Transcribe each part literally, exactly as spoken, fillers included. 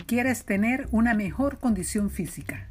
quieres tener una mejor condición física.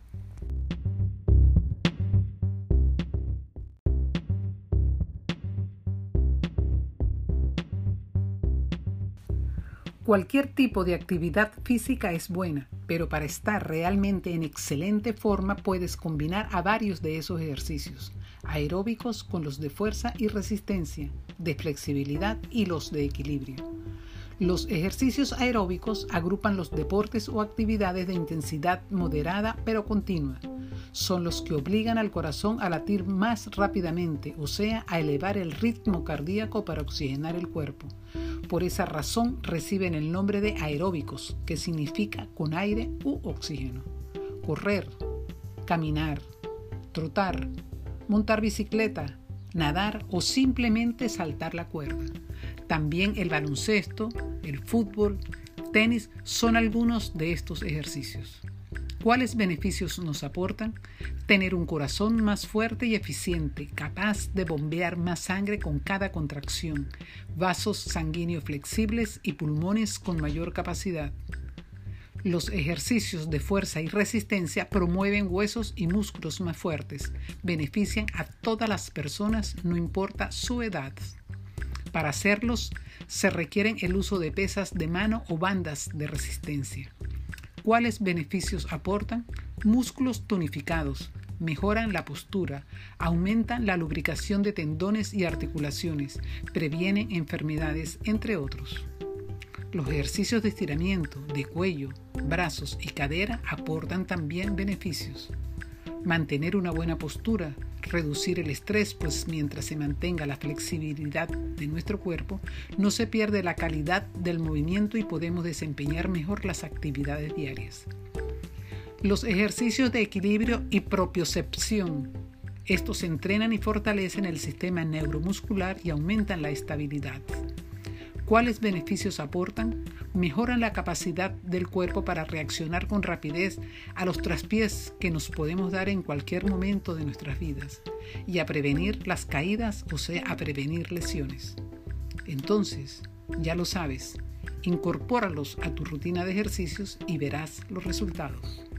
Cualquier tipo de actividad física es buena, pero para estar realmente en excelente forma puedes combinar a varios de esos ejercicios, aeróbicos con los de fuerza y resistencia, de flexibilidad y los de equilibrio. Los ejercicios aeróbicos agrupan los deportes o actividades de intensidad moderada pero continua. Son los que obligan al corazón a latir más rápidamente, o sea, a elevar el ritmo cardíaco para oxigenar el cuerpo. Por esa razón reciben el nombre de aeróbicos, que significa con aire u oxígeno. Correr, caminar, trotar, montar bicicleta, nadar o simplemente saltar la cuerda. También el baloncesto, el fútbol, tenis son algunos de estos ejercicios. ¿Cuáles beneficios nos aportan? Tener un corazón más fuerte y eficiente, capaz de bombear más sangre con cada contracción, vasos sanguíneos flexibles y pulmones con mayor capacidad. Los ejercicios de fuerza y resistencia promueven huesos y músculos más fuertes, benefician a todas las personas, no importa su edad. Para hacerlos, se requieren el uso de pesas de mano o bandas de resistencia. ¿Cuáles beneficios aportan? Músculos tonificados, mejoran la postura, aumentan la lubricación de tendones y articulaciones, previenen enfermedades, entre otros. Los ejercicios de estiramiento de cuello, brazos y cadera aportan también beneficios. Mantener una buena postura, reducir el estrés, pues mientras se mantenga la flexibilidad de nuestro cuerpo, no se pierde la calidad del movimiento y podemos desempeñar mejor las actividades diarias. Los ejercicios de equilibrio y propiocepción. Estos entrenan y fortalecen el sistema neuromuscular y aumentan la estabilidad. ¿Cuáles beneficios aportan? Mejoran la capacidad del cuerpo para reaccionar con rapidez a los traspiés que nos podemos dar en cualquier momento de nuestras vidas y a prevenir las caídas, o sea, a prevenir lesiones. Entonces, ya lo sabes, incorpóralos a tu rutina de ejercicios y verás los resultados.